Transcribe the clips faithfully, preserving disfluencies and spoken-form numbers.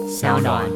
小暖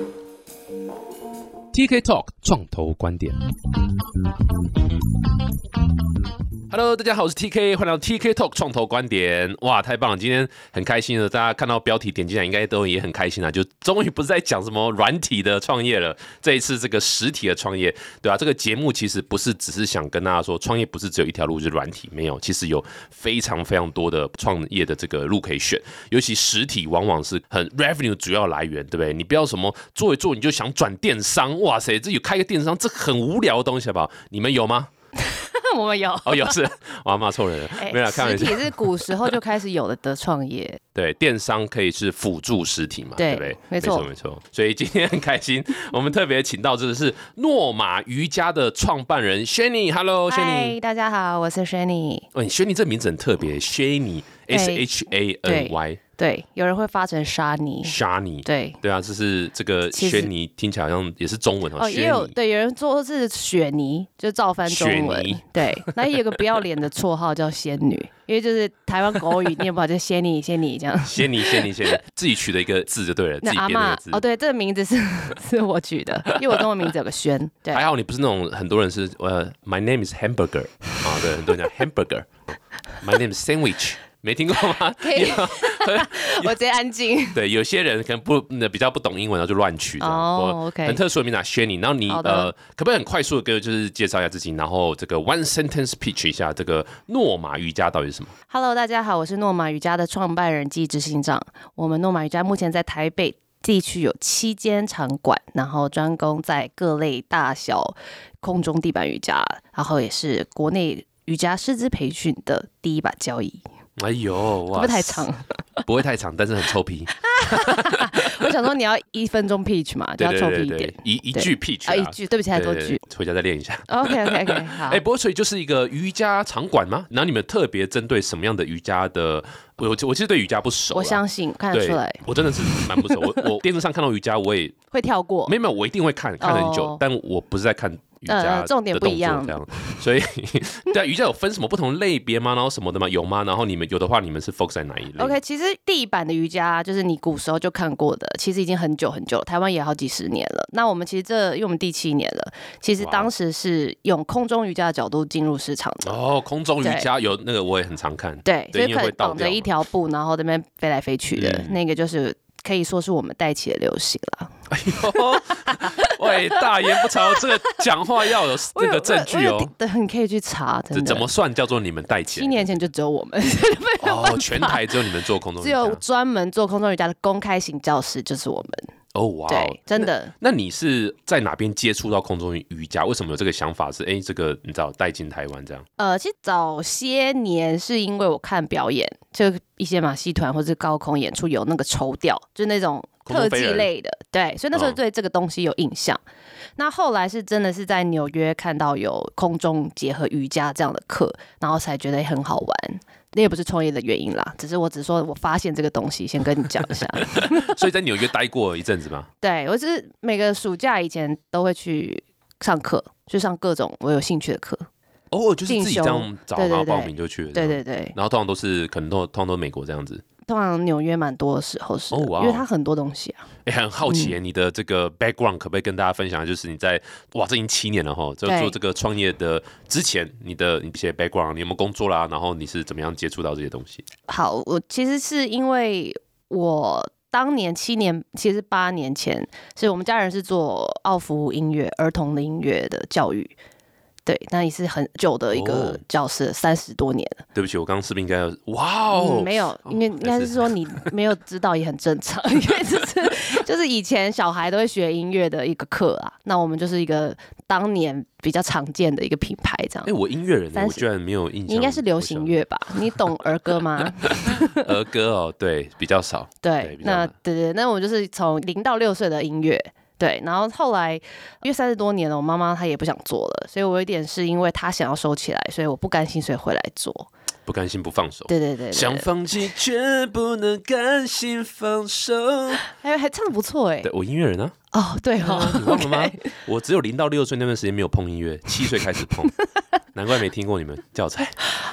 T K Talk 创投观点。Hello， 大家好，我是 T K， 欢迎来到 T K Talk 创投观点。哇，太棒了！今天很开心了，大家看到标题点进来，应该都也很开心啊。就终于不是在讲什么软体的创业了，这一次这个实体的创业，对啊，这个节目其实不是只是想跟大家说，创业不是只有一条路，就是软体，没有，其实有非常非常多的创业的这个路可以选。尤其实体往往是很 revenue 主要来源，对不对？你不要什么做一做你就想转电商，哇塞，这有开个电商，这很无聊的东西，好不好？你们有吗？ 我们有哦，有是，我骂错人了， 欸、 没有啦，开玩笑。 实体是古时候就开始有了的创业， 对，电商可以是辅助实体嘛， 对, 对不对？ 没错， 没错。所以今天很开心，我们特别请到这个是诺玛瑜伽的创办人 Shani，Hello Shani， 大家好，我是 Shani。 哦，你 Shani 这名字很特别 ，Shani S H A N Y。 对，有人会发成沙尼， 沙尼， 对对啊，这是这个轩尼听起来好像也是中文哦，也有对，有人说是雪妮，就照翻中文，对。那也有个不要脸的绰号叫仙女，因为就是台湾国语念不好，就仙妮仙妮这样。 仙妮仙妮仙妮，自己取的一个字就对了，自己编的一个字。 哦，对，这个名字是是我取的，因为我中文名字有个轩。对， 还好你不是那种很多人是呃 ，My name is Hamburger 啊，对，很多人讲 Hamburger，My name is Sandwich。没听过吗？ 我直接安静。 对，有些人可能不比较不懂英文，然后就乱取这样。 哦 ，OK。 很特殊的名字，Shani。然后你呃，可不可以很快速的就是介绍一下自己，然后这个 one sentence pitch 一下这个诺玛瑜伽到底是什么 ？Hello， 大家好，我是诺玛瑜伽的创办人暨执行长。我们诺玛瑜伽目前在台北地区有七间场馆，然后专攻在各类大小空中地板瑜伽，然后也是国内瑜伽师资培训的第一把交椅。 哎呦，哇， 会不会太长？ 不会太长，但是很臭屁。 我想说你要一分钟 pitch 嘛，就要臭屁一点， 对对对对一一句 pitch 啊，一句，对不起，太多句， 回家再练一下。 OK OK OK， 好。 哎，不过所以就是一个瑜伽场馆吗？然后你们特别针对什么样的瑜伽的？我我其实对瑜伽不熟， 我相信看得出来， 我真的是蛮不熟。我我电视上看到瑜伽，我也会跳过， 没有没有，我一定会看看很久，但我不是在看。瑜伽呃，重点不一样， 这样，所以对啊，瑜伽有分什么不同类别吗？然后什么的吗？有吗？然后你们有的话，你们是 focus 在哪一类 ？OK， 其实地板的瑜伽就是你古时候就看过的，其实已经很久很久了，台湾也好几十年了。那我们其实这，因为我们第七年了，其实当时是用空中瑜伽的角度进入市场的。 哦，空中瑜伽有那个我也很常看， 对，所以可以绑着一条布，然后这边飞来飞去的，嗯、那个就是可以说是我们带起的流行了。 哎呦，喂，大言不惭，这个讲话要有这个证据哦。 对，你可以去查，真的。 怎么算叫做你们带起？ 七年前就只有我们。 哦，全台只有你们做空中瑜伽， 只有专门做空中瑜伽的公开型教室就是我们。 哦哇， 对，真的那。那你是在哪边接触到空中瑜伽？为什么有这个想法是？哎，这个你知道带进台湾这样？ 呃，其实早些年是因为我看表演，就一些马戏团或是高空演出有那个抽吊，就那种特技类的，对，所以那时候对这个东西有印象。嗯、那后来是真的是在纽约看到有空中结合瑜伽这样的课，然后才觉得很好玩。那也不是创业的原因啦，只是我只是说我发现这个东西，先跟你讲一下。 所以在纽约待过一阵子吗？ 对，我是每个暑假以前都会去上课，去上各种我有兴趣的课。 哦，就是自己这样找，然后报名就去了。 对对对。 然后通常都是可能都通常都是美国这样子。 通常纽约蛮多的时候是，哦 wow、因为它很多东西啊。 哎、欸，很好奇、嗯、你的这个 background 可不可以跟大家分享？就是你在哇，这已经七年了哈，就做这个创业的之前，你的一些 background， 你有没有工作啦？然后你是怎么样接触到这些东西？ 好，我其实是因为我当年七年，其实八年前，是我们家人是做奥福音乐、儿童的音乐的教育。对，那也是很久的一个教室，三十、哦、多年了。 对不起，我刚刚是不是应该要哇哦、 嗯？没有，应该应该是说你没有知道也很正常，因为就是就是以前小孩都会学音乐的一个课啊。那我们就是一个当年比较常见的一个品牌这样。 哎、欸，我音乐人，我居然没有印象。 你应该是流行乐吧？你懂儿歌吗？ 儿歌哦，对，比较少。 对，对那对对，那我就是从零到六岁的音乐。对，然后后来因为三十多年了，我妈妈她也不想做了，所以我有一点是因为她想要收起来，所以我不甘心，所以回来做。 不甘心不放手， 对对 对, 对， 想放弃却不能甘心放手， 还还唱得不错哎。 对，我音乐人啊。 哦，对哦， 啊、你忘了吗？ okay. 我只有零到六岁那段时间没有碰音乐，七岁开始碰，难怪没听过你们教材。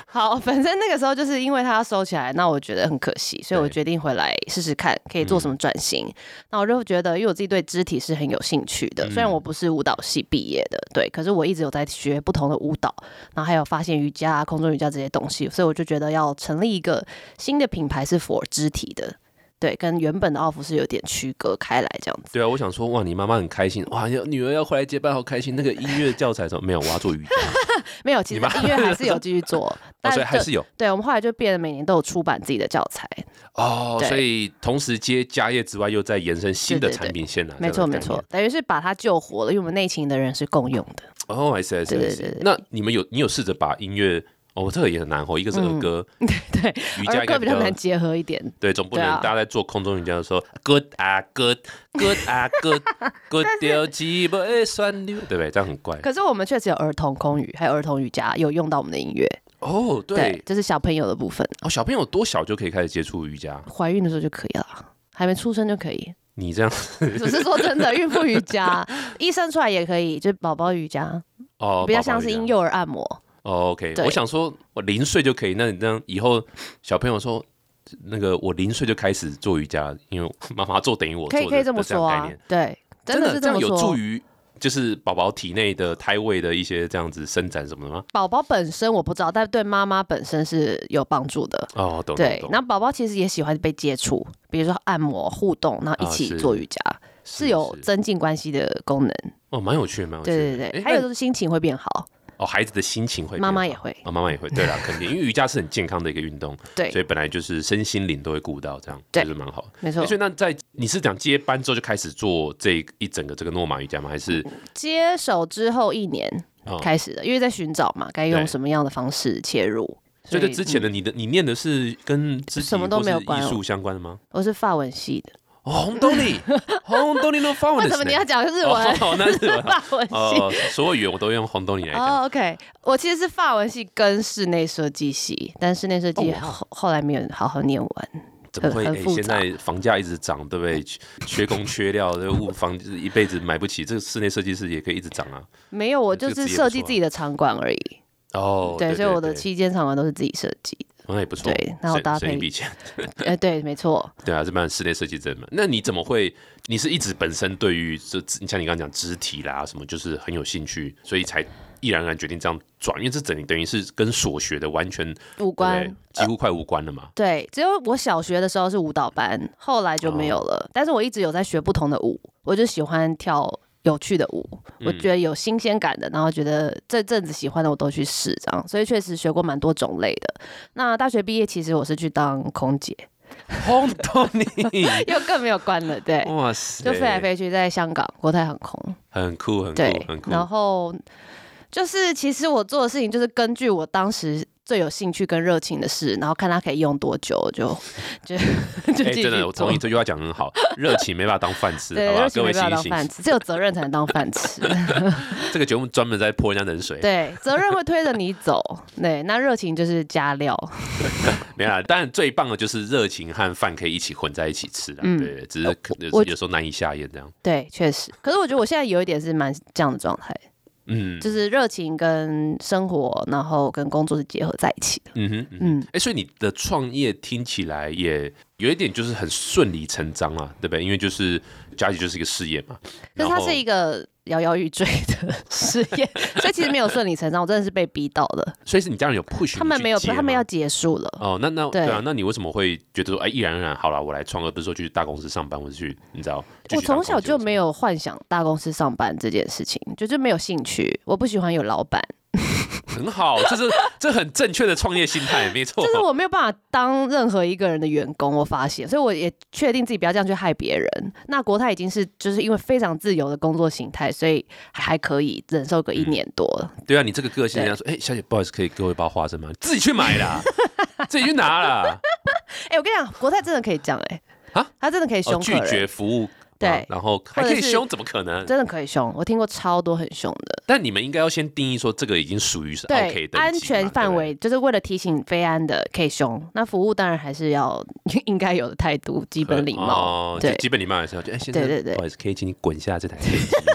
好，反正那个时候就是因为他要收起来，那我觉得很可惜，所以我决定回来试试看可以做什么转型。嗯、那我就觉得，因为我自己对肢体是很有兴趣的，嗯、虽然我不是舞蹈系毕业的，对，可是我一直有在学不同的舞蹈，然后还有发现瑜伽、空中瑜伽这些东西，所以我就觉得要成立一个新的品牌是 for 肢体的。对，跟原本的奥福是有点区隔开来这样子。 对啊，我想说，哇，你妈妈很开心，哇，女儿要回来接班，好开心。那个音乐教材什么没有？我要做瑜伽。 没有，其实音乐还是有继续做， 但、哦、所以还是有。 对，我们后来就变得每年都有出版自己的教材。 哦，所以同时接家业之外，又在延伸新的产品线啊。 没错没错，等于是把它救活了，因为我们内勤的人是共用的。 哦，还是还是还是。那你们有你有试着把音乐？哦，这个也很难哦，一个是儿歌， 嗯、对， 瑜伽儿歌比较难结合一点， 对，总不能大家在做空中瑜伽的时候 ，good 啊 good good 啊 good good 掉几杯酸溜，对不对？这样很怪。 可是我们确实有儿童空语，还有儿童瑜伽，有用到我们的音乐。 哦，对， 对，这是小朋友的部分。 哦，小朋友多小就可以开始接触瑜伽？ 怀孕的时候就可以了，还没出生就可以。 你这样， 只是说真的，孕妇瑜伽，医生出来也可以，就是宝宝瑜伽，哦，比较像是婴幼儿按摩。 哦 ，OK， 我想说，我零岁就可以，那你这样以后小朋友说，那个我零岁就开始做瑜伽，因为妈妈做等于我做的， 可以可以这么说啊，对，真的是这样有助于就是宝宝体内的胎位的一些这样子伸展什么的吗？ 宝宝本身我不知道，但对妈妈本身是有帮助的。 哦，懂。 对，那宝宝其实也喜欢被接触，比如说按摩互动，然后一起做瑜伽，啊、是, 是有增进关系的功能。 哦，蛮有趣的，蛮有趣的。 对对对，还有就是心情会变好。 哦，孩子的心情会变好， 妈妈也会， 哦，妈妈也会，对啦，肯定，因为瑜伽是很健康的一个运动， 对， 所以本来就是身心灵都会顾到，这样，对，就是蛮好的， 没错。 所以那在你是讲接班之后就开始做这一整个这个诺玛瑜伽吗？还是接手之后一年开始的？哦、因为在寻找嘛，该用什么样的方式切入。 所以这之前的你的、嗯、你念的是跟肢体什么都没有关， 艺术相关的吗？ 我是法文系的。 哦，红豆泥，红豆泥的法文。 为什么你要讲日文？ 哦，那日文。 法文系。 哦，所有语言我都用红豆泥来讲。 哦 ，OK， 我其实是法文系跟室内设计系，但室内设计后、哦、后来没有好好念完。 怎么会？欸、现在房价一直涨，对不对？缺工缺料，这物房就是一辈子买不起。这个室内设计师也可以一直涨啊。 没有，我就是设计自己的场馆而已。 哦， 对，所以我的七间场馆都是自己设计的。 那也不错， 对，然后搭配一笔钱， 哎，对，没错， 对啊，这帮室内设计真的。那你怎么会？你是一直本身对于这，像你刚刚讲肢体啦什么，就是很有兴趣，所以才毅然而然决定这样转，因为这等等于是跟所学的完全无关， 几乎快无关了嘛。 呃、对，只有我小学的时候是舞蹈班，后来就没有了。哦、但是我一直有在学不同的舞，我就喜欢跳有趣的舞，我觉得有新鲜感的，然后觉得这阵子喜欢的我都去试，这样，所以确实学过蛮多种类的。那大学毕业，其实我是去当空姐， 空豆你又更没有关了，对， 哇塞， 就飞来飞去，在香港国泰航空， 很酷，很酷， 对， 很酷。 然后就是其实我做的事情就是根据我当时最有兴趣跟热情的事，然后看它可以用多久，就就就继续做。欸、 真的，我同意这句话讲很好，热情没办法当饭吃， 对， 好不好？ 各位醒一醒，只有责任才能当饭吃。 这个节目专门在泼人家冷水。 对，责任会推着你走，对，那热情就是加料。 没啦，当然最棒的就是热情和饭可以一起混在一起吃啦。嗯、对，只是有时候难以下咽这样。 对，确实。可是我觉得我现在有一点是蛮这样的状态。嗯，就是热情跟生活，然后跟工作是结合在一起的。 嗯哼，嗯，哎、欸，所以你的创业听起来也有一点就是很顺理成章啊，对不对？因为就是家里就是一个事业嘛， 可是它是一个摇摇欲坠的事业，所以其实没有顺理成章，我真的是被逼到的。 所以是你家人有 push 他们没有，他们要结束了。 哦，那那 对, 对啊，那你为什么会觉得说，哎、欸，毅然而然好了，我来创业，不是说去大公司上班，或者去你知道？ 我从小就没有幻想大公司上班这件事情，就是没有兴趣。我不喜欢有老板。 很好，这是这很正确的创业心态，没错。 就是我没有办法当任何一个人的员工，我发现，所以我也确定自己不要这样去害别人。那国泰已经是就是因为非常自由的工作形态，所以还可以忍受个一年多了。 嗯、对啊，你这个个性，人家说，哎、欸，小姐，不好意思，可以给我一包花生吗？自己去买啦，自己去拿啦。 哎、欸，我跟你讲，国泰真的可以这样、欸，哎，啊，他真的可以凶客人、 哦、拒绝服务。 对、 啊，然后还可以凶，怎么可能？ 真的可以凶，我听过超多很凶的。 但你们应该要先定义说，这个已经属于是 OK 的安全范围，就是为了提醒飞安的可以凶。那服务当然还是要应该有的态度，基本礼貌。 哦，对，基本礼貌还是要。哎、欸，先生，对对对，不好意思，可以请你滚下这台飞机吗？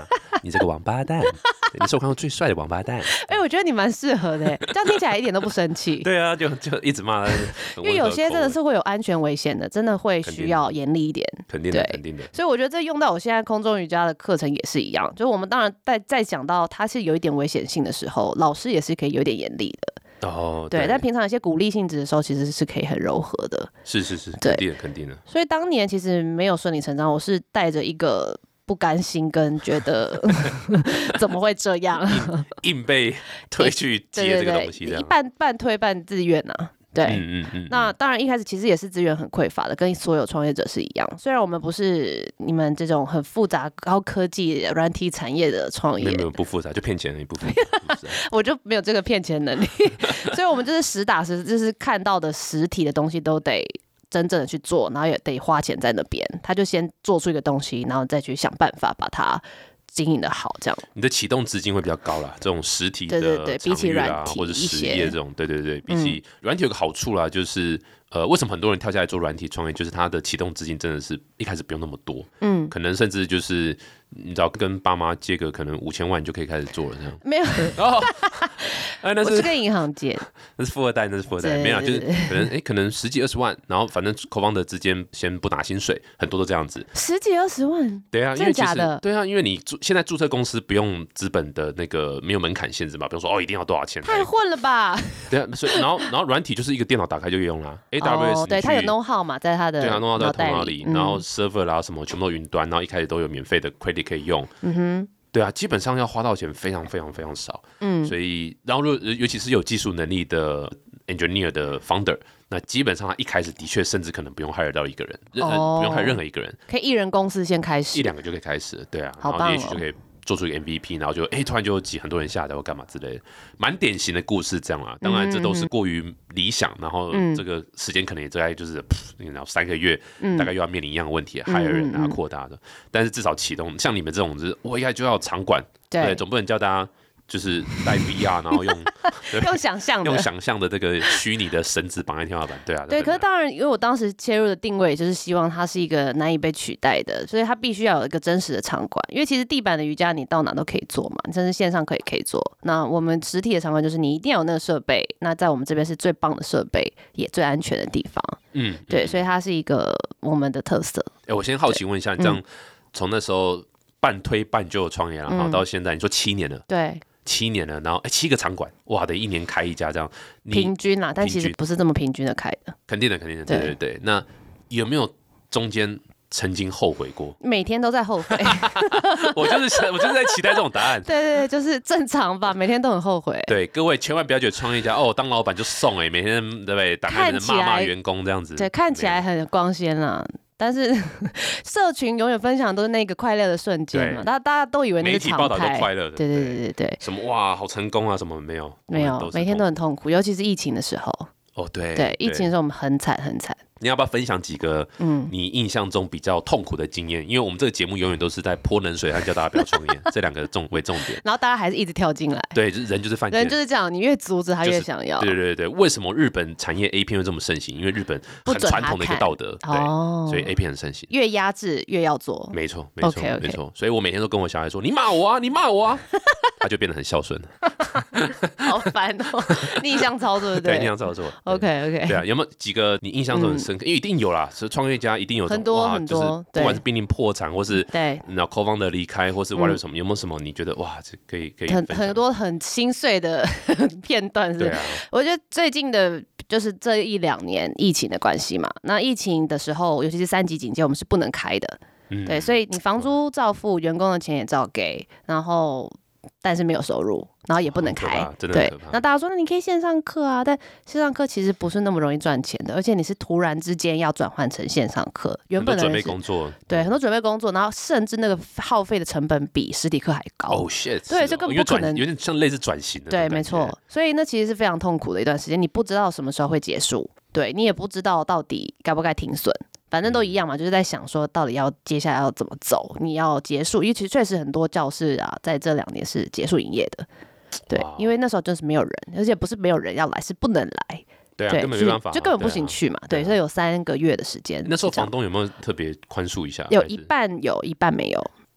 你这个王八蛋，你是我看过最帅的王八蛋。 哎、欸，我觉得你蛮适合的，这样听起来一点都不生气。 对啊，就就一直骂他， 因为有些真的是会有安全危险的，真的会需要严厉一点。 肯定的，肯定的。 所以我觉得这用到我现在空中瑜伽的课程也是一样，就是我们当然在在讲到它是有一点危险性的时候，老师也是可以有一点严厉的。 哦， 对，但平常有些鼓励性质的时候，其实是可以很柔和的。 是是是，肯定的，肯定的。 所以当年其实没有顺理成章，我是带着一个不甘心跟觉得怎么会这样， 硬, 硬被推去接这个东西，这样一半半推半自愿啊。对， 嗯嗯嗯， 那当然一开始其实也是资源很匮乏的，跟所有创业者是一样。虽然我们不是你们这种很复杂高科技软体产业的创业， 没有没有不复杂，就骗钱而已，不复杂。 我就没有这个骗钱能力，所以我们就是实打实，就是看到的实体的东西都得真正的去做，然后也得花钱在那边。他就先做出一个东西，然后再去想办法把它经营的好，这样你的启动资金会比较高啦。这种实体的对对对，比起软体或者实业这种，对对对，比起软体有个好处啦，就是呃，为什么很多人跳下来做软体创业，就是他的启动资金真的是一开始不用那么多，嗯，可能甚至就是你知道跟爸妈借个可能五千万你就可以开始做了这样。 没有， 哦，哎，那是我是跟银行借， 那是富二代，那是富二代，没有，就是可能哎，可能十几二十万，然后反正 co-founder 之间先不拿薪水，很多都这样子， 十几二十万， 对啊，因为假的， 对啊，因为你现在注册公司不用资本的那个没有门槛限制嘛，比如说哦一定要多少钱， 太混了吧？ 对啊，所以然后然后软体就是一个电脑打开就可以用啦 ，A W S， 哦，对，它有 know how 嘛，在它的对啊 know how 在头脑里， 里，然后 server 啦什么全部都云端，然后一开始都有免费的 credit 可以用，嗯哼。对啊，基本上要花到钱非常非常非常少，嗯，所以然后尤其是有技术能力的 engineer 的 founder， 那基本上他一开始的确甚至可能不用 hire 到一个人，哦、不用 hire 任何一个人， 可以一人公司先开始， 一两个就可以开始了，对啊， 好棒哦， 然后也许就可以做出一个 M V P， 然后就哎、欸、突然就挤很多人下来或干嘛之类的，蛮典型的故事这样啦。当然这都是过于理想，然后这个时间可能也大概就是然后三个月，大概又要面临一样的问题，害人啊扩大的。但是至少启动，像你们这种就是我一开始就要有场馆，对，总不能叫大家。就是带 V R， 然后用用想象的用想象的这个虚拟的绳子绑在天花板，对啊， 对。可是当然，因为我当时切入的定位就是希望它是一个难以被取代的，所以它必须要有一个真实的场馆。因为其实地板的瑜伽你到哪都可以做嘛，甚至线上可以可以做。那我们实体的场馆就是你一定要有那个设备，那在我们这边是最棒的设备，也最安全的地方。嗯，对，所以它是一个我们的特色。 哎、欸，我先好奇问一下，你这样从那时候半推半就创业，然后到现在，你说七年了， 对。 七年了，然后哎，七个场馆，哇，得一年开一家这样， 平均啦，但其实不是这么平均的开的。 肯定的，肯定的，对对对。那有没有中间曾经后悔过？ 每天都在后悔。 我就是我就是在期待这种答案。 对对对，就是正常吧，每天都很后悔。 对，各位千万不要觉得创业家哦，当老板就送哎、欸，每天对不对？打开门骂骂员工这样子。 对，看起来很光鲜啦。但是社群永远分享都是那个快乐的瞬间嘛，大家大家都以为那是常态，媒体报道都快乐的， 对对对对对， 什么哇好成功啊什么没有没有，每天都很痛苦，尤其是疫情的时候。 哦对对，疫情的时候我们很惨很惨。 你要不要分享几个你印象中比较痛苦的经验？因为我们这个节目永远都是在泼冷水和叫大家不要创业，这两个重为重点。 然后大家还是一直跳进来。对， 人就是犯贱， 人就是这样，你越阻止他越想要。 就是、对对对对，为什么日本产业 A 片会这么盛行？因为日本很传统的一个道德，对，哦、所以 A 片很盛行。 越压制越要做。 没错，没错， okay, okay. 没错。所以我每天都跟我小孩说：“你骂我啊，你骂我啊。”他就变得很孝顺。 好烦哦，逆向操作对不对？ 对，逆向操作。 OK OK。 对啊，有没有几个你印象中很深刻？因为一定有啦。是创业家一定有很多很多， 就是不管是濒临破产，或是对， 然后 co-founder 离开，或是 whatever 什么，有没有什么你觉得哇，这可以可以很很多很心碎的片段是？ 对啊， 我觉得最近的就是这一两年疫情的关系嘛，那疫情的时候，尤其是三级警戒，我们是不能开的，嗯、对，所以你房租照付，员工的钱也照给，然后但是没有收入。然后也不能开，对。那大家说，那你可以线上课啊，但线上课其实不是那么容易赚钱的，而且你是突然之间要转换成线上课，原本的准备工作， 对，很多准备工作，然后甚至那个耗费的成本比实体课还高。 哦 shit！ 对，这根本不可能， 有点像类似转型的。 对，没错。所以那其实是非常痛苦的一段时间，你不知道什么时候会结束，对你也不知道到底该不该停损。反正都一样嘛，就是在想说到底要接下来要怎么走，你要结束，因为其实确实很多教室啊，在这两年是结束营业的。对，因为那时候真是没有人，而且不是没有人要来，是不能来。 对啊，根本没办法， 就根本不行去嘛。对，所以有三个月的时间。 那时候房东有没有特别宽恕一下？ 有一半有，一半没有。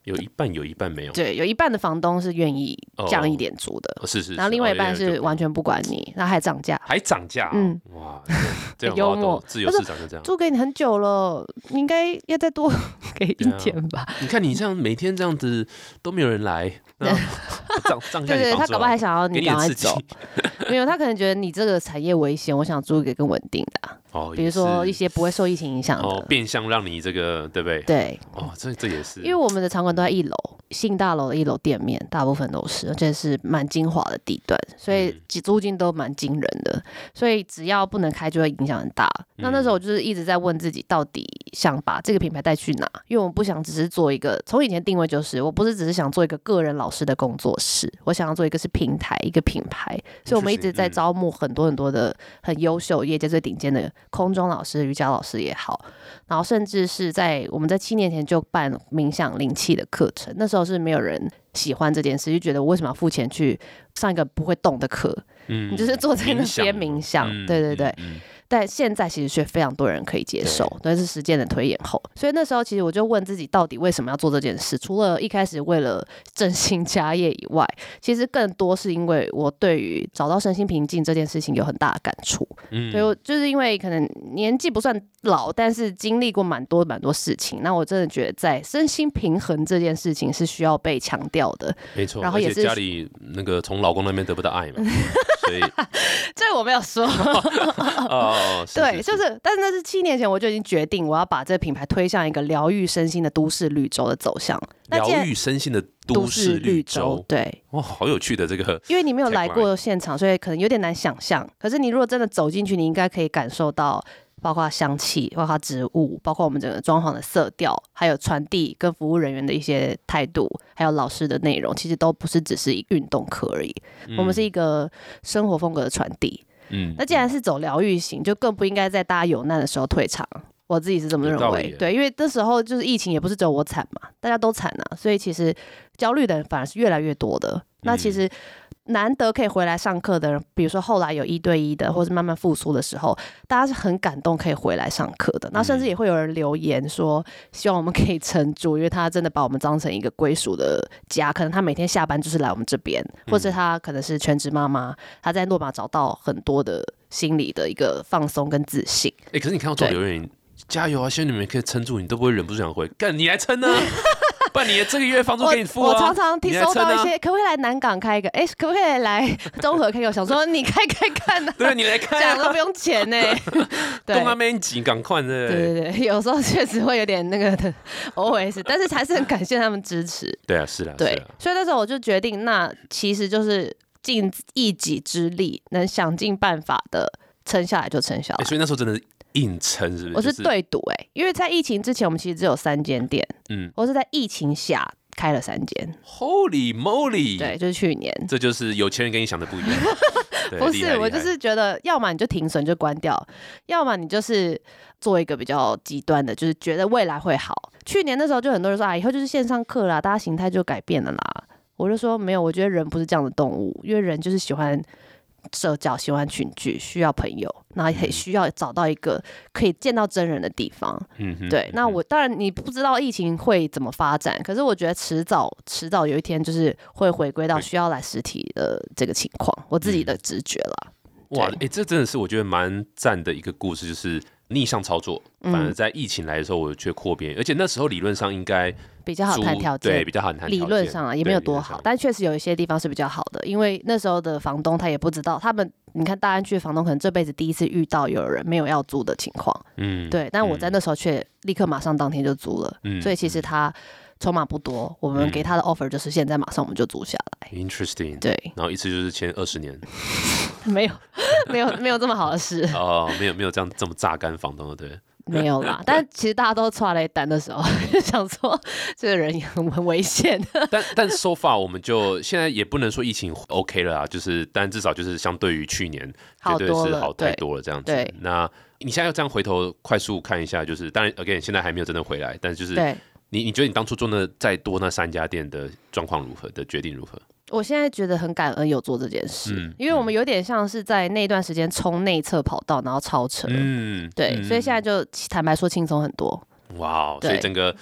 有一半有一半没有。 对，有一半的房东是愿意降一点租的， 哦、是, 是是， 然后另外一半是完全不管你，然后还涨价， 还涨价、哦，嗯，哇，这样幽默， 自由市场就这样， 租给你很久了，你应该要再多给一点吧、啊？ 你看你这样每天这样子都没有人来，涨涨价， 对对，他搞不好还想要你赶快走，没有，他可能觉得你这个产业危险，我想租给更稳定的、啊。哦，比如说一些不会受疫情影响的， 哦，变相让你这个对不对？ 对， 哦，这这也是， 因为我们的场馆都在一楼，新大楼的一楼店面，大部分都是，而且是蛮精华的地段，所以租金都蛮惊人的，所以只要不能开，就会影响很大。那那时候我就是一直在问自己，到底想把这个品牌带去哪？因为我不想只是做一个，从以前定位就是，我不是只是想做一个个人老师的工作室，我想要做一个是平台，一个品牌，所以我们一直在招募很多很多的很优秀、业界最顶尖的空中老师、瑜伽老师也好，然后甚至是在我们在七年前就办冥想灵气的课程，那时候是没有人喜欢这件事，就觉得我为什么要付钱去上一个不会动的课？嗯，你就是坐在那边冥想，嗯、对对对。嗯嗯但现在其实却非常多人可以接受，但是实践的推演后，所以那时候其实我就问自己，到底为什么要做这件事？除了一开始为了振兴家业以外，其实更多是因为我对于找到身心平静这件事情有很大的感触。嗯，所以我就是因为可能年纪不算老，但是经历过蛮多蛮多事情，那我真的觉得在身心平衡这件事情是需要被强调的。 没错，然后也是家里那个从老公那边得不到爱嘛，所以这我没有说。哦，是对，是是就是，但是那是七年前我就已经决定，我要把这个品牌推向一个疗愈身心的都市绿洲的走向。 疗愈身心的都市绿洲， 对， 哇，好有趣的这个。 因为你没有来过现场，所以可能有点难想象。可是你如果真的走进去，你应该可以感受到，包括香气，包括植物，包括我们整个装潢的色调，还有传递跟服务人员的一些态度，还有老师的内容，其实都不是只是运动课而已。嗯、我们是一个生活风格的传递。嗯，那既然是走疗愈型，就更不应该在大家有难的时候退场。我自己是这么认为，对，因为那时候就是疫情，也不是只有我惨嘛，大家都惨啊，所以其实焦虑的人反而是越来越多的。那其实难得可以回来上课的人，比如说后来有一对一的，或是慢慢复苏的时候，大家是很感动可以回来上课的。那甚至也会有人留言说，希望我们可以撑住，因为他真的把我们当成一个归属的家。可能他每天下班就是来我们这边，或者他可能是全职妈妈，他在诺马找到很多的心理的一个放松跟自信。 哎、欸，可是你看到做留言，加油啊！希望你们可以撑住，你都不会忍不住想回，干你来撑啊！不然你这个月房租给你付啊！ 我, 我常常听收到一些，可不可以来南港开一个？哎、欸，可不可以来中和开一个？我想说你开开看啊！ 对，你来开、啊， 讲都不用钱呢、欸。 东那边挤，赶快的。 对对对，有时候确实会有点那个的 O S， 但是还是很感谢他们支持。 对啊，是啊， 对， 是啊。 所以那时候我就决定，那其实就是尽一己之力，能想尽办法的撑下来就撑下来、 欸。所以那时候真的是硬撑，是不是？ 我是对赌哎、欸，因为在疫情之前，我们其实只有三间店，嗯，我是在疫情下开了三间。 Holy moly！ 对，就是去年。 这就是有钱人跟你想的不一样。 不是，我就是觉得，要么你就停损就关掉，要么你就是做一个比较极端的，就是觉得未来会好。去年那时候就很多人说啊，以后就是线上课啦，大家形态就改变了啦。我就说没有，我觉得人不是这样的动物，因为人就是喜欢社交，喜欢群聚，需要朋友，那也需要找到一个可以见到真人的地方。嗯哼，对。那我当然你不知道疫情会怎么发展，可是我觉得迟早迟早有一天就是会回归到需要来实体的这个情况，我自己的直觉啦。 哇，哎、欸，这真的是我觉得蛮赞的一个故事，就是逆向操作，反而在疫情来的时候，我却扩编，而且那时候理论上应该比较好谈条件， 对，比较好谈条件。 理论上啊，也没有多好，但确实有一些地方是比较好的，因为那时候的房东他也不知道，他们你看大安区的房东可能这辈子第一次遇到有人没有要租的情况，嗯，对，但我在那时候却立刻马上当天就租了，嗯，所以其实他筹码不多，我们给他的 offer 就是现在马上我们就租下来。 Interesting， 对， 然后一次就是签二十年， 没有，没有，没有这么好的事哦，没有，没有这样这么榨干房东的，对。 没有啦，但其实大家都刷了一单的时候，想说这个人也很很危险。 但但 so far 我们就现在也不能说疫情 OK 了啊，就是但至少就是相对于去年绝对是好太多了这样子。 对， 那你现在要这样回头快速看一下，就是当然 again 现在还没有真的回来，但就是你你觉得你当初做那再多那三家店的状况如何，的决定如何？ 我现在觉得很感恩有做这件事，嗯、因为我们有点像是在那段时间冲内侧跑道，然后超车，嗯，对，嗯、所以现在就坦白说轻松很多。 哇，所以整个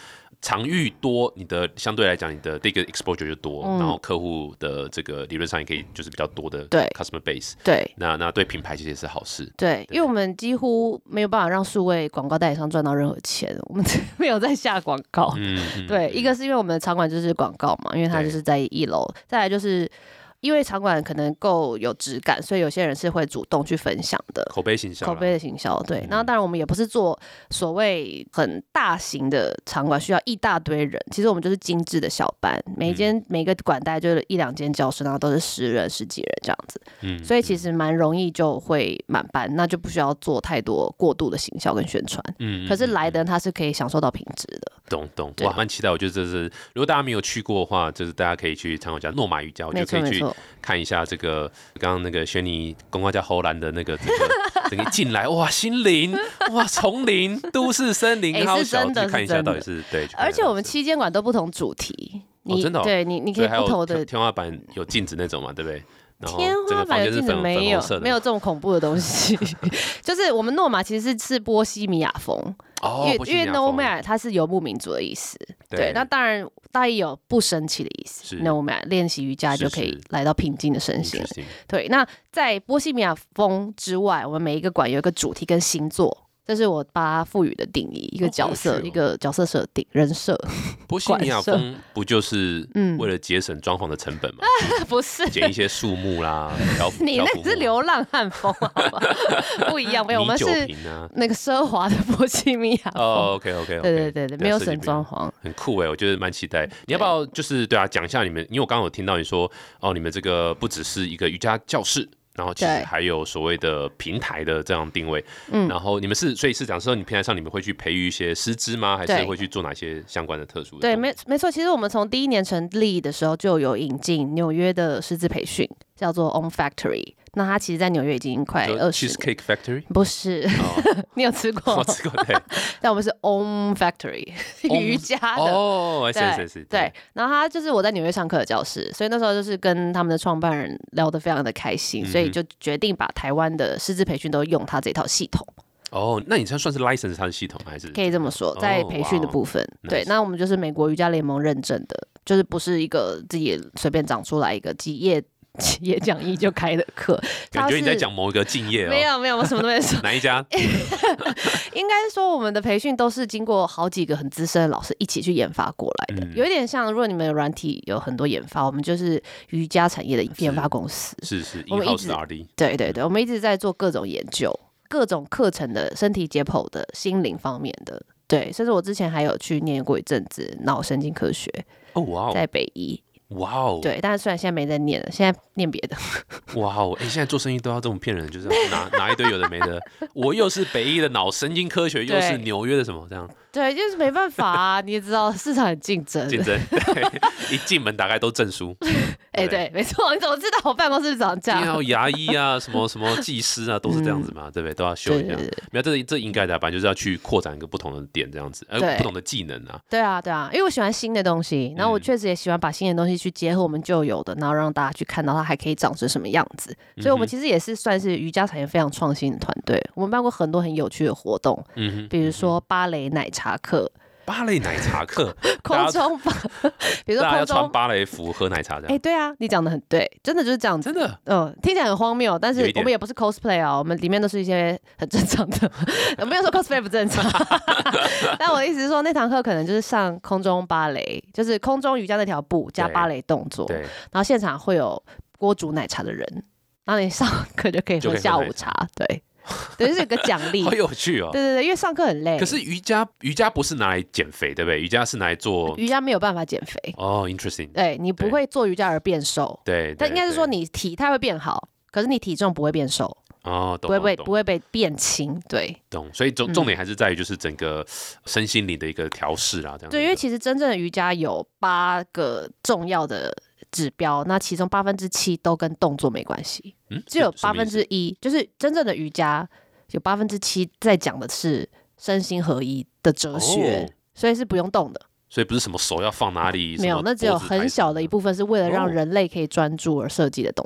场域多，你的相对来讲你的这个 exposure 就多， 嗯、 然后客户的这个理论上也可以就是比较多的 customer base， 对， 那那对品牌其实也是好事。 对，因为我们几乎没有办法让数位广告代理商赚到任何钱，我们没有在下广告。嗯，嗯对，一个是因为我们的场馆就是广告嘛，因为它就是在一楼，再来就是。因为场馆可能够有质感，所以有些人是会主动去分享的。 口碑行销， 口碑的行销，对。那、嗯、当然，我们也不是做所谓很大型的场馆，需要一大堆人。其实我们就是精致的小班，每一间、嗯、每个馆大概就是一两间教室，然后都是十人、十几人这样子。嗯，所以其实蛮容易就会满班，那就不需要做太多过度的行销跟宣传。嗯，可是来的人他是可以享受到品质的。 懂懂，哇，蛮期待。我觉得这是，如果大家没有去过的话，就是大家可以去参考一下诺玛瑜伽，我觉得可以去看一下这个刚刚那个轩尼公关叫荷兰的那个整个整个进来，哇，心灵，哇，丛林、都市森林， 欸、 好小去看一下到底是对。 而且我们七间馆都不同主题，你、 哦、真的、哦、 对你你可以不同的天花板有镜子那种嘛，对不对？ 天花板有镜子没有，没有这种恐怖的东西。就是我们诺玛其实是是波西米亚风， 哦、 因为因为 Nomad 它是游牧民族的意思，对，对那当然大意有不生气的意思。Nomad 练习瑜伽就可以来到平静的身心。对，那在波西米亚风之外，我们每一个馆有一个主题跟星座。这是我把它赋予的定义，一个角色，哦哦、一个角色设定、人设。 波西米亚风不就是为了节省装潢的成本吗？ 嗯、不是， 剪一些树木啦， 你那是流浪汉风，好吧？不一样，没有，我们是那个奢华的波西米亚风。 哦 ，OK OK， 对对对对，没有省装潢， 很酷哎，我觉得蛮期待。你要不要就是对啊，讲一下你们？因为我刚刚有听到你说，哦，你们这个不只是一个瑜伽教室。然后其实还有所谓的平台的这样定位，嗯，然后你们是所以是讲说，你平台上你们会去培育一些师资吗？还是会去做哪些相关的特殊的？ 对，没没错。其实我们从第一年成立的时候就有引进纽约的师资培训，叫做 Om Factory。那它其实，在纽约已经快二十。 Cheesecake Factory？ 不是，哦、你有吃过？ 我吃过，对。 但我们是 Om Factory 瑜伽的。 哦， 对对对。然后他就是我在纽约上课的教室，所以那时候就是跟他们的创办人聊得非常的开心，嗯、所以就决定把台湾的师资培训都用他这套系统。 哦，那你这算是 license 他的系统还是？ 可以这么说，在培训的部分，哦、对， nice. 那我们就是美国瑜伽联盟认证的，就是不是一个自己随便长出来一个几页。企业讲义就开的课， 感觉你在讲某一个敬业哦。 没有没有，我什么都没说。 哪一家？ 应该说我们的培训都是经过好几个很资深的老师一起去研发过来的，嗯、有一点像，如果你们有软体有很多研发，我们就是瑜伽产业的研发公司。 是是，我们一直 R D。 对对对，我们一直在做各种研究，各种课程的身体解剖的、心灵方面的。对，甚至我之前还有去念过一阵子脑神经科学。 哦哇！ 在北医。 哇哦！ 对，但是虽然现在没在念了，现在念别的。 哇哦！哎，现在做生意都要这么骗人，就是拿拿一堆有的没的。我又是北医的脑神经科学，又是纽约的什么这样。 对，就是没办法啊，你也知道市场很竞争， 竞争，对，一进门打开都证书。 哎、欸，对，没错，你怎么知道我办公室长这样？ 然后牙医啊，什么什么技师啊，都是这样子嘛，嗯、对不对？都要修一下。没有，这这应该的，反正就是要去扩展一个不同的点，这样子，呃，不同的技能啊。 对啊，对啊，因为我喜欢新的东西，然后我确实也喜欢把新的东西去结合我们旧有的，然后让大家去看到它还可以长成什么样子。所以我们其实也是算是瑜伽产业非常创新的团队。我们办过很多很有趣的活动，嗯、比如说芭蕾奶茶课。 芭蕾奶茶课， 空中芭，比如说空中大家要穿芭蕾服喝奶茶这样。 哎、欸，对啊，你讲的很对，真的就是这样子。 真的， 嗯，听起来很荒谬，但是我们也不是 cosplay 啊，我们里面都是一些很正常的，我没有说 cosplay 不正常。但我的意思是说，那堂课可能就是上空中芭蕾，就是空中瑜伽那条布加芭蕾动作，对，然后现场会有锅煮奶茶的人，然后你上课就可以喝下午茶，对。对，就是有个奖励， 好有趣哦。 对对对，因为上课很累。 可是瑜伽，瑜伽不是拿来减肥，对不对？瑜伽是拿来做， 瑜伽没有办法减肥。 哦 ，interesting。 对，你不会做瑜伽而变瘦。 对， 但应该是说你体态会变好，可是你体重不会变瘦。 哦，懂， 不会被不会被变轻，对， 懂。所以重重点还是在于就是整个身心灵的一个调试啦，这样。 对，因为其实真正的瑜伽有八个重要的指标，那其中八分之七都跟动作没关系，嗯，只有八分之一，就是真正的瑜伽有八分之七在讲的是身心合一的哲学，哦、所以是不用动的。 所以不是什么手要放哪里， 没有，那只有很小的一部分是为了让人类可以专注而设计的动作。